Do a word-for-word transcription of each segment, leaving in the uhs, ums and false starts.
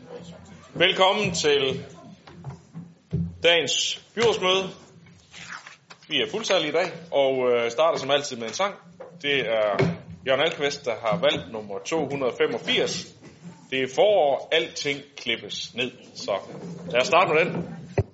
Velkommen til dagens byrådsmøde. Vi er fuldtallige i dag, og starter som altid med en sang. Det er Jørgen Alkvist, der har valgt nummer to hundrede femogfirs. Det er forår, alting klippes ned. Så lad os starte med den.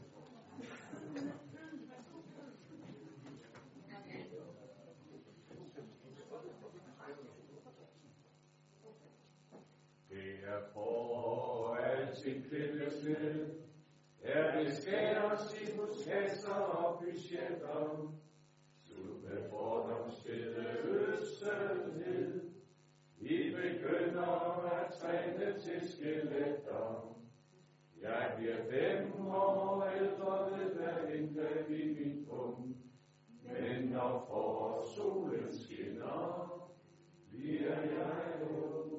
Her det skæres i huskasser og budgetter, slut med fordomsstille øsselhed. Vi begynder at træne til skeletter. Jeg bliver fem år ældre ved hver indgreb i mit punkt, men når forårssolen skinner, bliver jeg ung.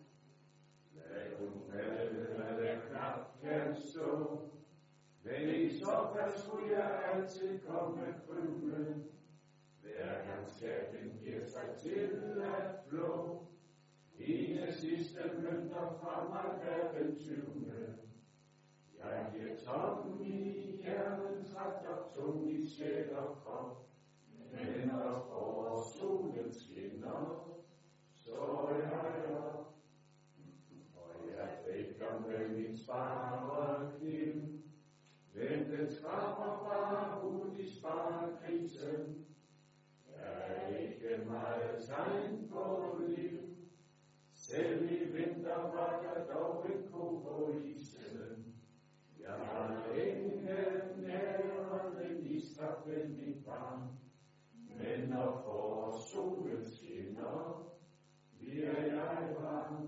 Lad hun falde, hvad der knap kan stå, men i så fald skulle jeg altid komme krymle. Hver gang skatten giver sig til at flå, ene sidste mønter fra mig hver den tyvende. Jeg bliver tom i hjernen, trætter tung i sjæl og krop, men når forårssolen skinner, så er jeg op. Og jeg drikker med min sparekniv, men den skraber bare ud i sparekrisen. Jeg er ikke meget tegn på liv. Selv i vinter var jeg dog en ko på isen. Jeg har ingen nærende lister ved mit barn, men når forårssolen skinner, bliver jeg varm.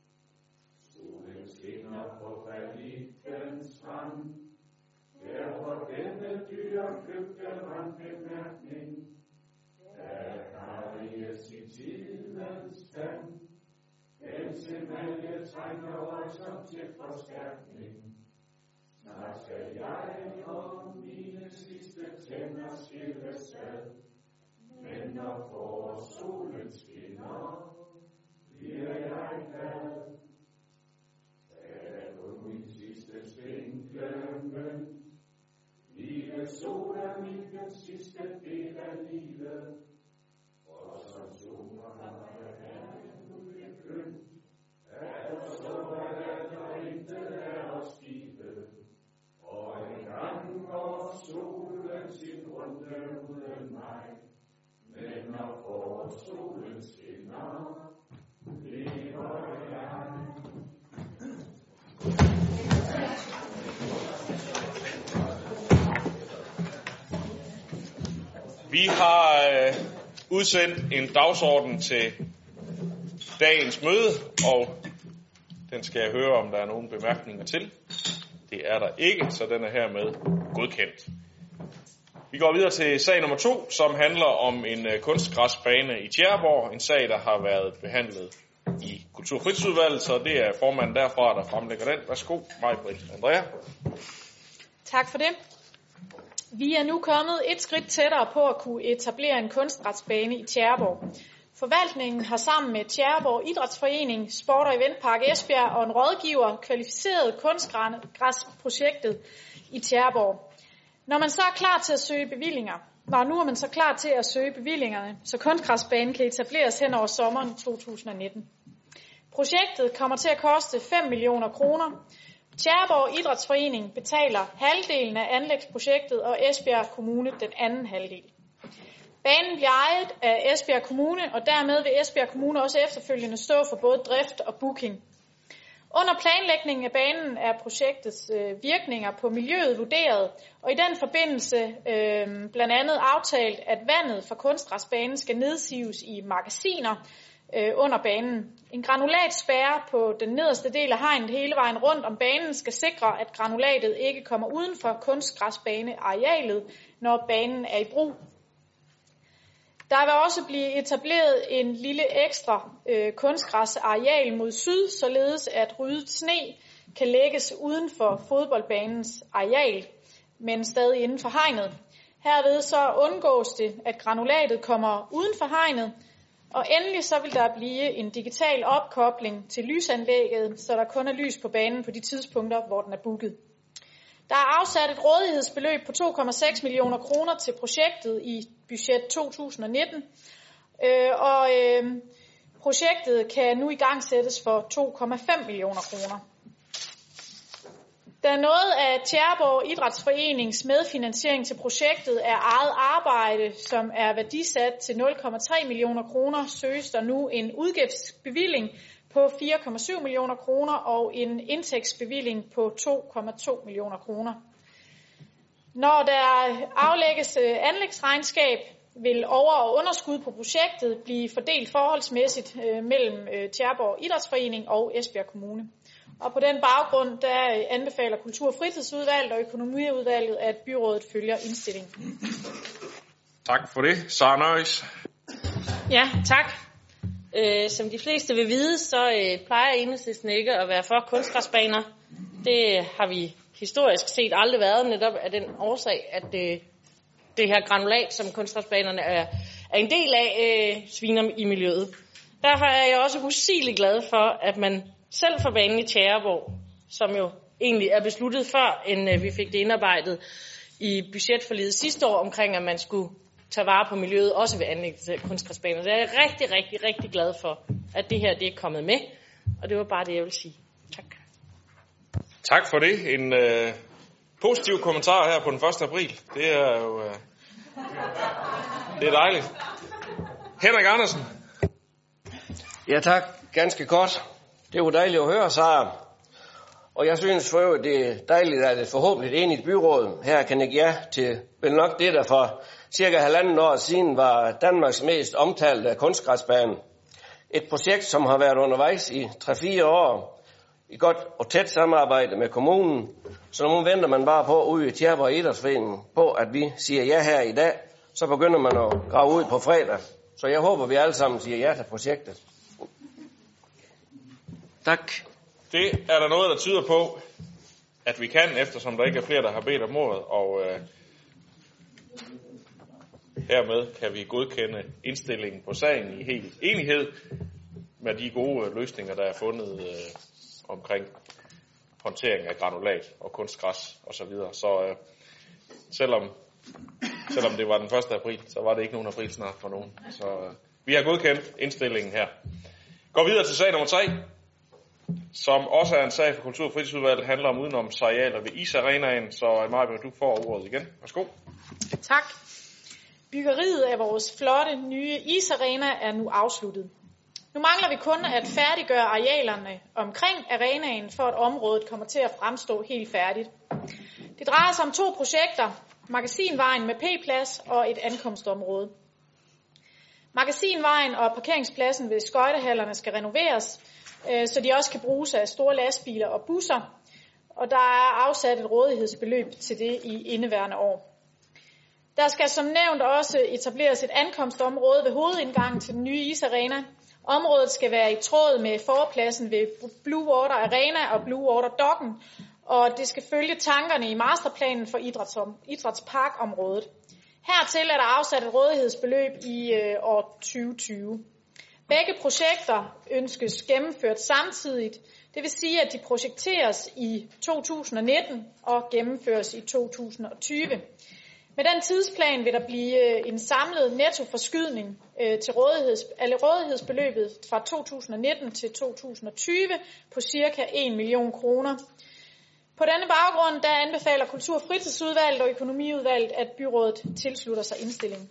Solen skinner på Fallikens strand, derfor denne dyrekøbte randbemærkning. Der Karius i tidens stand, den semalje trænger voldsomt til forstærkning. Snart skal jeg og mine sidste tænder skilles ad, men når forårssolen skinner, bliver jeg glad. Der er på min sidste spinkle mønt, livet sol er min sidste del af livet, og som solen er ulykken, er der så at der intet er at skive, og en gang går solen sin runde uden mig, men når forårssolen skinner, lever jeg. Vi har øh, udsendt en dagsorden til dagens møde, og den skal jeg høre, om der er nogle bemærkninger til. Det er der ikke, så den er hermed godkendt. Vi går videre til sag nummer to, som handler om en øh, kunstgræsbane i Tjæreborg. En sag, der har været behandlet i Kultur- og Fritidsudvalget, så det er formanden derfra, der fremlægger den. Værsgo, Maj-Britt Andrea. Tak for det. Vi er nu kommet et skridt tættere på at kunne etablere en kunstgræsbane i Tjæreborg. Forvaltningen har sammen med Tjæreborg Idrætsforening, Sport og Eventpark Esbjerg og en rådgiver kvalificeret kunstgræsprojektet i Tjæreborg. Når man så er klar til at søge bevillinger, og nu er man så klar til at søge bevillingerne, så kunstgræsbanen kan etableres hen over sommeren to tusind og nitten. Projektet kommer til at koste fem millioner kroner. Tjæreborg Idrætsforening betaler halvdelen af anlægsprojektet, og Esbjerg Kommune den anden halvdel. Banen bliver ejet af Esbjerg Kommune, og dermed vil Esbjerg Kommune også efterfølgende stå for både drift og booking. Under planlægningen af banen er projektets øh, virkninger på miljøet vurderet, og i den forbindelse øh, blandt andet aftalt, at vandet fra kunstgræsbanen skal nedsives i magasiner øh, under banen. En granulatspærre på den nederste del af hegnet hele vejen rundt om banen skal sikre, at granulatet ikke kommer uden for kunstgræsbanearealet, når banen er i brug. Der vil også blive etableret en lille ekstra øh, kunstgræsareal mod syd, således at ryddet sne kan lægges uden for fodboldbanens areal, men stadig inden for hegnet. Herved så undgås det, at granulatet kommer uden for hegnet, Og endelig så vil der blive en digital opkobling til lysanlægget, så der kun er lys på banen på de tidspunkter, hvor den er booket. Der er afsat et rådighedsbeløb på to komma seks millioner kroner til projektet i budget to tusind nitten, øh, og øh, projektet kan nu igangsættes for to komma fem millioner kroner. Da noget af Tjæreborg Idrætsforenings medfinansiering til projektet er eget arbejde, som er værdisat til nul komma tre millioner kroner, søges der nu en udgiftsbevilling på fire komma syv millioner kroner og en indtægtsbevilling på to komma to millioner kroner. Når der aflægges anlægsregnskab, vil over- og underskud på projektet blive fordelt forholdsmæssigt mellem Tjæreborg Idrætsforening og Esbjerg Kommune. Og på den baggrund, der anbefaler Kultur- og Fritidsudvalget og Økonomiudvalget, at byrådet følger indstillingen. Tak for det. Sara Nøjes. Ja, tak. Øh, som de fleste vil vide, så øh, plejer Enhedslisten ikke at være for kunstgræsbaner. Det har vi historisk set aldrig været, netop af den årsag, at øh, det her granulat, som kunstgræsbanerne er, er en del af, øh, sviner i miljøet. Derfor er jeg også usigelig glad for, at man selv for banen i Tjæreborg, som jo egentlig er besluttet før, end øh, vi fik det indarbejdet i budgetforliget sidste år, omkring at man skulle tage vare på miljøet, også ved anlægget til kunstgræsbaner. Så jeg er rigtig, rigtig, rigtig glad for, at det her det er kommet med. Og det var bare det, jeg vil sige. Tak. Tak for det. En øh, positiv kommentar her på den første april. Det er jo øh, det er dejligt. Henrik Andersen. Ja tak, ganske kort. Det var dejligt at høre, Sara. Og jeg synes for øvrigt, det er dejligt, at et forhåbentlig enigt byråd her kan ikke ja til vel nok det, der for cirka halvanden år siden var Danmarks mest omtalte kunstgræsbane. Et projekt, som har været undervejs i tre fire år i godt og tæt samarbejde med kommunen. Så nu venter man bare på ude i Tjæreborg Idrætsforening på, at vi siger ja her i dag. Så begynder man at grave ud på fredag. Så jeg håber, vi alle sammen siger ja til projektet. Tak. Det er der noget, der tyder på, at vi kan, eftersom der ikke er flere, der har bedt om ordet. Og øh, hermed kan vi godkende indstillingen på sagen i helt enighed med de gode løsninger, der er fundet øh, omkring håndtering af granulat og kunstgræs osv. Så, så øh, selvom, selvom det var den første april, så var det ikke nogen april snart for nogen. Så øh, vi har godkendt indstillingen her. Går videre til sag nummer tre, som også er en sag for Kultur- og Fritidsudvalget, handler om udenomsarealer ved Isarenaen. Så Maja, du får ordet igen. Værsgo. Tak. Byggeriet af vores flotte nye isarena er nu afsluttet. Nu mangler vi kun at færdiggøre arealerne omkring arenaen, for at området kommer til at fremstå helt færdigt. Det drejer sig om to projekter: Magasinvejen med P-plads og et ankomstområde. Magasinvejen og parkeringspladsen ved skøjtehallerne skal renoveres, så de også kan bruges af store lastbiler og busser, og der er afsat et rådighedsbeløb til det i indeværende år. Der skal som nævnt også etableres et ankomstområde ved hovedindgangen til den nye isarena. Området skal være i tråd med forpladsen ved Blue Water Arena og Blue Water Docken, og det skal følge tankerne i masterplanen for idrætsparkområdet. Hertil er der afsat et rådighedsbeløb i øh, år tyve tyve. Begge projekter ønskes gennemført samtidigt, det vil sige, at de projekteres i to tusind nitten og gennemføres i to tusind tyve. Med den tidsplan vil der blive en samlet nettoforskydning til rådigheds, eller rådighedsbeløbet fra to tusind nitten til to tusind tyve på cirka en million kroner. På denne baggrund der anbefaler Kultur- og Fritidsudvalget og Økonomiudvalget, at byrådet tilslutter sig indstillingen.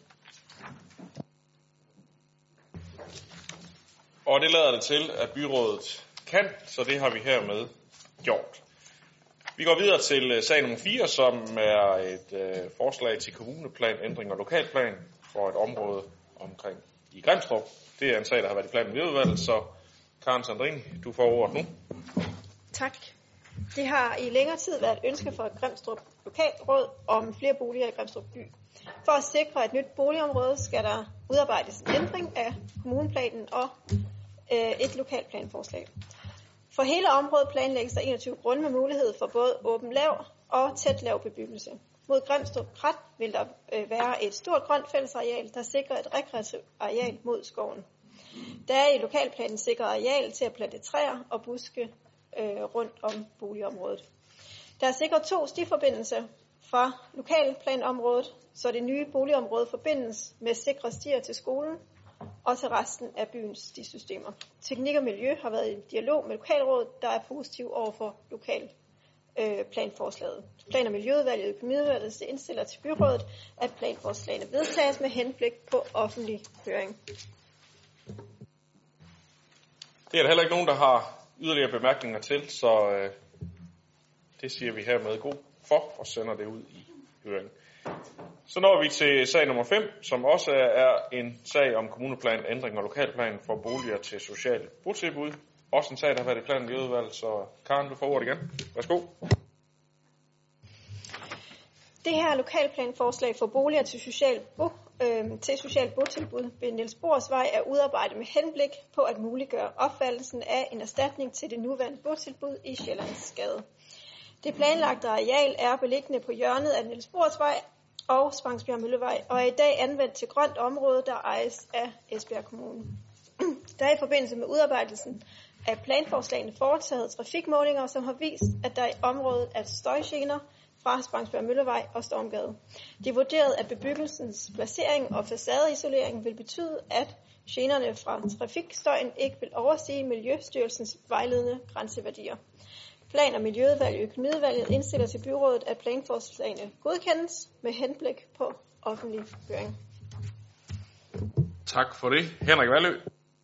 Og det lader det til, at byrådet kan, så det har vi hermed gjort. Vi går videre til sag nummer fire, som er et øh, forslag til kommuneplan, ændring og lokalplan for et område omkring i Grimstrup. Det er en sag, der har været i planen ved udvalget, så Karen Sandrini, du får ordet nu. Tak. Det har i længere tid været et ønske fra Grimstrup Lokalråd om flere boliger i Grimstrup by. For at sikre et nyt boligområde skal der udarbejdes en ændring af kommuneplanen og øh, et lokalplanforslag. For hele området planlægges der enogtyve grunde med mulighed for både åben lav og tæt lav bebyggelse. Mod Grimstrup Krat vil der øh, være et stort grønt fællesareal, der sikrer et rekreativt areal mod skoven. Der er i lokalplanen sikret areal til at plante træer og buske øh, rundt om boligområdet. Der er sikret to stiforbindelser fra lokalplanområdet, så det nye boligområde forbindes med sikre stier til skolen og til resten af byens stisystemer. Teknik og Miljø har været i dialog med lokalrådet, der er positiv over for lokalplanforslaget. Plan- og Miljøudvalget og Økonomiudvalget indstiller til byrådet, at planforslagene vedtages med henblik på offentlig høring. Det er der heller ikke nogen, der har yderligere bemærkninger til, så øh, det siger vi hermed god for og sender det ud i høring. Så når vi til sag nummer fem, som også er en sag om kommuneplan, ændring og lokalplan for boliger til social botilbud. Også en sag, der har været i planen i udvalg, så Karen, du får ordet igen. Værsgo. Det her lokalplanforslag for boliger til social, bo, øh, til social botilbud ved Niels Bohrs Vej er udarbejdet med henblik på at muliggøre opfattelsen af en erstatning til det nuværende botilbud i Sjællandsgade. Det planlagte areal er beliggende på hjørnet af Niels Bohrs Vej og Spangsbjerg Møllevej, og er i dag anvendt til grønt område, der ejes af Esbjerg Kommune. Der er i forbindelse med udarbejdelsen af planforslagene foretaget trafikmålinger, som har vist, at der i området er støjgener fra Spangsbjerg Møllevej og Stormgade. Det er vurderet, at bebyggelsens placering og facadeisolering vil betyde, at generne fra trafikstøjen ikke vil overstige Miljøstyrelsens vejledende grænseværdier. Plan- og Miljøudvalget og Økonomiudvalget indstiller til byrådet, at planforslagene godkendes med henblik på offentlig høring. Tak for det. Henrik Valø.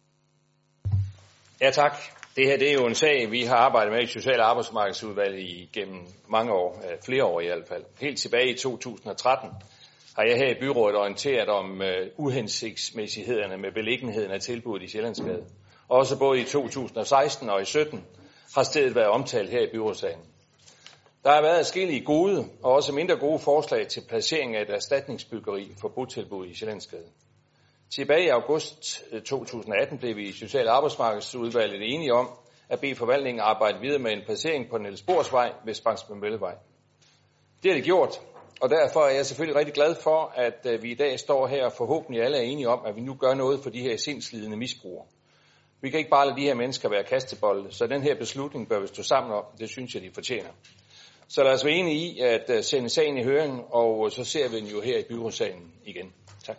Ja, tak. Det her det er jo en sag, vi har arbejdet med i Social- og Arbejdsmarkedsudvalget igennem mange år, flere år i hvert fald. Helt tilbage i to tusind og tretten har jeg her i byrådet orienteret om uh, uhensigtsmæssighederne med beliggenheden af tilbuddet i Sjællandsgade. Også både i to tusind og seksten og i sytten har stedet været omtalt her i byrådssagen. Der har været adskillige gode og også mindre gode forslag til placering af et erstatningsbyggeri for botilbud i Sjællandsgade. Tilbage i august to tusind og atten blev vi i Social- og Arbejdsmarkedsudvalget enige om at bede forvaltningen arbejde videre med en placering på Niels Bohrs Vej ved Spangsbjerg Møllevej. Det er det gjort, og derfor er jeg selvfølgelig rigtig glad for, at vi i dag står her og forhåbentlig alle er enige om, at vi nu gør noget for de her sindslidende misbrugere. Vi kan ikke bare lade de her mennesker være kastebolde, så den her beslutning bør vi stå sammen om. Det synes jeg, de fortjener. Så lad os være enige i at sende sagen i høring, og så ser vi den jo her i byrådssalen igen. Tak.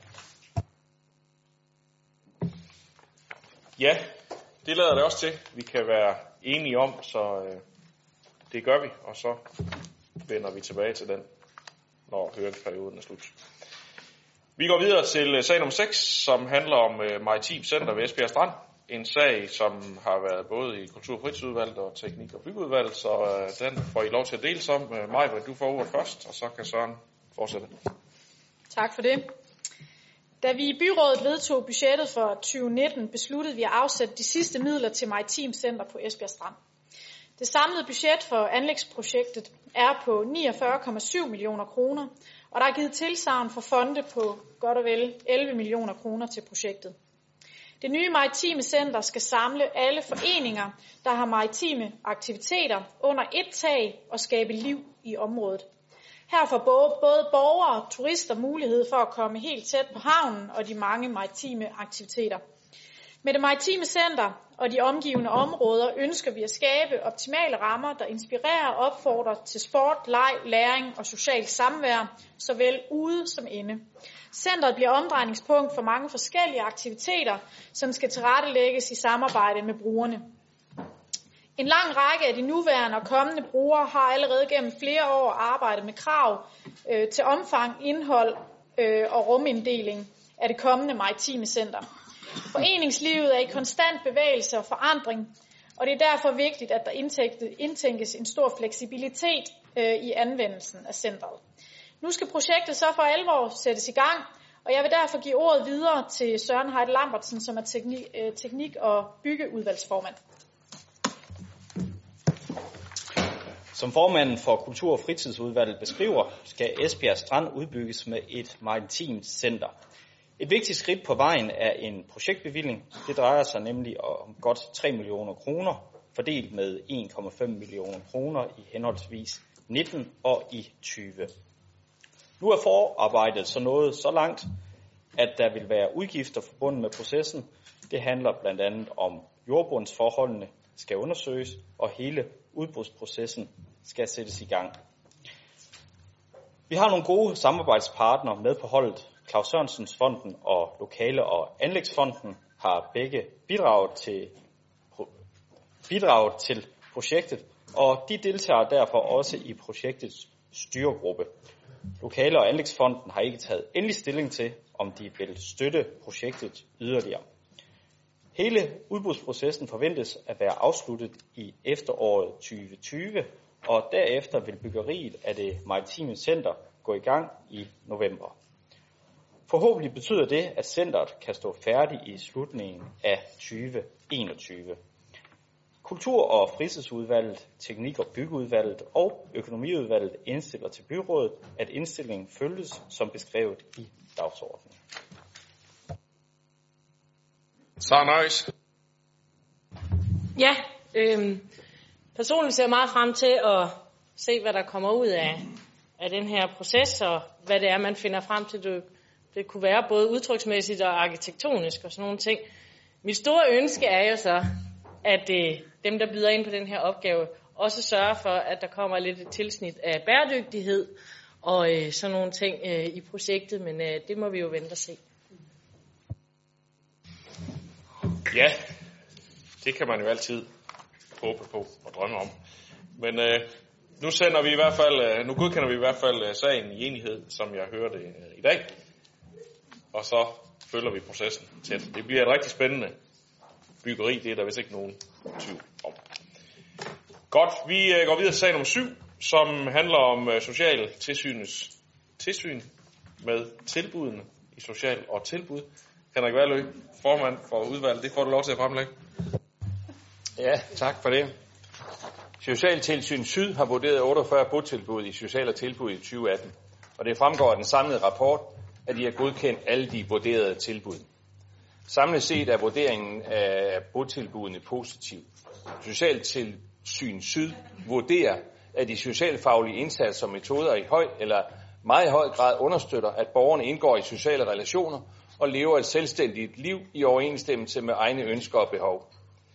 Ja, det lader det også til. Vi kan være enige om, så øh, det gør vi, og så vender vi tilbage til den, når høringsperioden er slut. Vi går videre til sag nummer seks, som handler om øh, Maritim Center ved Esbjerg Strand. En sag, som har været både i Kultur- og Fritidsudvalget og Teknik- og Byggeudvalget, så øh, den får I lov til at dele som. Øh, Maja, du får ordet først, og så kan Søren fortsætte. Tak for det. Da vi i byrådet vedtog budgettet for tyve nitten, besluttede vi at afsætte de sidste midler til Maritim Center på Esbjerg Strand. Det samlede budget for anlægsprojektet er på niogfyrre komma syv millioner kroner, og der er givet tilsagn for fonde på godt og vel elleve millioner kroner til projektet. Det nye maritime center skal samle alle foreninger, der har maritime aktiviteter under ét tag og skabe liv i området. Her får både borgere og turister mulighed for at komme helt tæt på havnen og de mange maritime aktiviteter. Med det maritime center og de omgivende områder ønsker vi at skabe optimale rammer, der inspirerer og opfordrer til sport, leg, læring og socialt samvær, såvel ude som inde. Centret bliver omdrejningspunkt for mange forskellige aktiviteter, som skal tilrettelægges i samarbejde med brugerne. En lang række af de nuværende og kommende brugere har allerede gennem flere år arbejdet med krav øh, til omfang, indhold øh, og ruminddeling af det kommende maritime center. Foreningslivet er i konstant bevægelse og forandring, og det er derfor vigtigt, at der indtænkes en stor fleksibilitet øh, i anvendelsen af centret. Nu skal projektet så for alvor sættes i gang, og jeg vil derfor give ordet videre til Søren Heide Lambertsen, som er teknik, øh, teknik- og byggeudvalgsformand. Som formanden for Kultur- og Fritidsudvalget beskriver, skal Esbjerg Strand udbygges med et maritimt center. Et vigtigt skridt på vejen er en projektbevilling. Det drejer sig nemlig om godt tre millioner kroner, fordelt med en komma fem millioner kroner i henholdsvis nitten og i tyve. Nu er forarbejdet så nået så langt, at der vil være udgifter forbundet med processen, Det handler blandt andet om jordbundsforholdene skal undersøges, og hele udbudsprocessen skal sættes i gang. Vi har nogle gode samarbejdspartnere med på holdet. Claus Sørensens Fonden og Lokale- og Anlægsfonden har begge bidraget til, bidraget til projektet, og de deltager derfor også i projektets styregruppe. Lokale- og Anlægsfonden har ikke taget endelig stilling til, om de vil støtte projektet yderligere. Hele udbudsprocessen forventes at være afsluttet i efteråret tyve tyve, og derefter vil byggeriet af det maritime center gå i gang i november. Forhåbentlig betyder det, at centret kan stå færdigt i slutningen af tyve enogtyve. Kultur- og fritidsudvalget, teknik- og byggeudvalget og økonomiudvalget indstiller til byrådet, at indstillingen følges som beskrevet i dagsordenen. Så nøjes. Ja, øh, personligt ser jeg meget frem til at se, hvad der kommer ud af, af den her proces, og hvad det er, man finder frem til. Det, det kunne være både udtryksmæssigt og arkitektonisk og sådan nogle ting. Mit store ønske er jo så, at øh, dem, der byder ind på den her opgave, også sørger for, at der kommer lidt et tilsnit af bæredygtighed og øh, sådan nogle ting øh, i projektet, men øh, det må vi jo vente og se. Ja, det kan man jo altid håbe på og drømme om. Men øh, nu sender vi i hvert fald, øh, nu godkender vi i hvert fald øh, sagen i enighed, som jeg hørte øh, i dag. Og så følger vi processen tæt. Det bliver et rigtig spændende byggeri, det er der vist ikke nogen tvivl om. Godt, vi øh, går videre til sag nummer syv, som handler om øh, socialtilsynets tilsyn med tilbudene i social og tilbud. Henrik Valø, formand for udvalget, det får du lov til at fremlægge. Ja, tak for det. Socialtilsyn Syd har vurderet otteogfyrre botilbud i sociale tilbud i tyve atten, og det fremgår af den samlede rapport, at de har godkendt alle de vurderede tilbud. Samlet set er vurderingen af botilbudene positiv. Socialtilsyn Syd vurderer, at de socialfaglige indsatser og metoder i høj eller meget høj grad understøtter, at borgerne indgår i sociale relationer og lever et selvstændigt liv i overensstemmelse med egne ønsker og behov.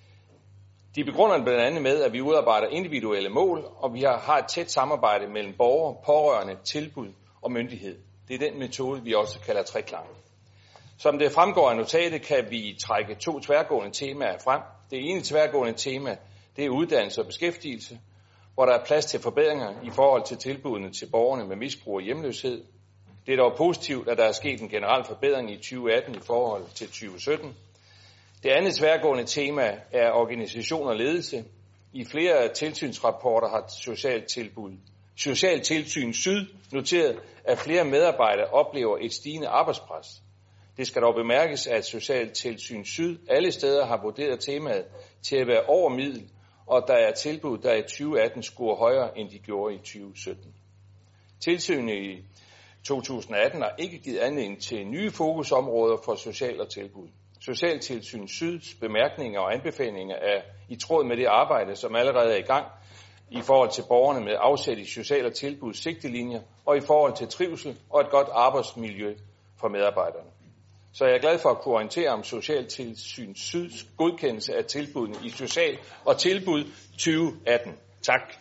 De begrunder blandt andet med, at vi udarbejder individuelle mål, og vi har et tæt samarbejde mellem borgere, pårørende, tilbud og myndighed. Det er den metode, vi også kalder treklang. Som det fremgår af notatet, kan vi trække to tværgående temaer frem. Det ene tværgående tema, det er uddannelse og beskæftigelse, hvor der er plads til forbedringer i forhold til tilbudene til borgerne med misbrug og hjemløshed. Det er dog positivt, at der er sket en generel forbedring i tyve atten i forhold til tyve sytten. Det andet tværgående tema er organisation og ledelse. I flere tilsynsrapporter har Socialtilbud, Socialtilsyn Syd noteret, at flere medarbejdere oplever et stigende arbejdspres. Det skal dog bemærkes, at Socialtilsyn Syd alle steder har vurderet temaet til at være over middel, og der er tilbud, der i tyve atten scorer højere, end de gjorde i tyve sytten. Tilsynet i to tusind atten har ikke givet anledning til nye fokusområder for social og tilbud. Socialtilsyn Syds bemærkninger og anbefalinger er i tråd med det arbejde, som allerede er i gang i forhold til borgerne med afsæt i social og tilbud sigtelinjer og i forhold til trivsel og et godt arbejdsmiljø for medarbejderne. Så jeg er glad for at kunne orientere om Socialtilsyn Syds godkendelse af tilbudene i social og tilbud tyve atten. Tak.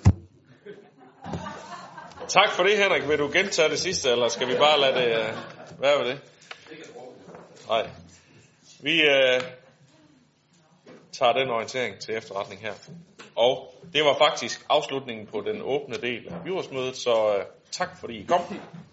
Tak for det, Henrik. Vil du gentage det sidste, eller skal vi bare lade det uh, være ved det? Nej. Vi uh, tager den orientering til efterretning her. Og det var faktisk afslutningen på den åbne del af byrådsmødet, så uh, tak fordi I kom.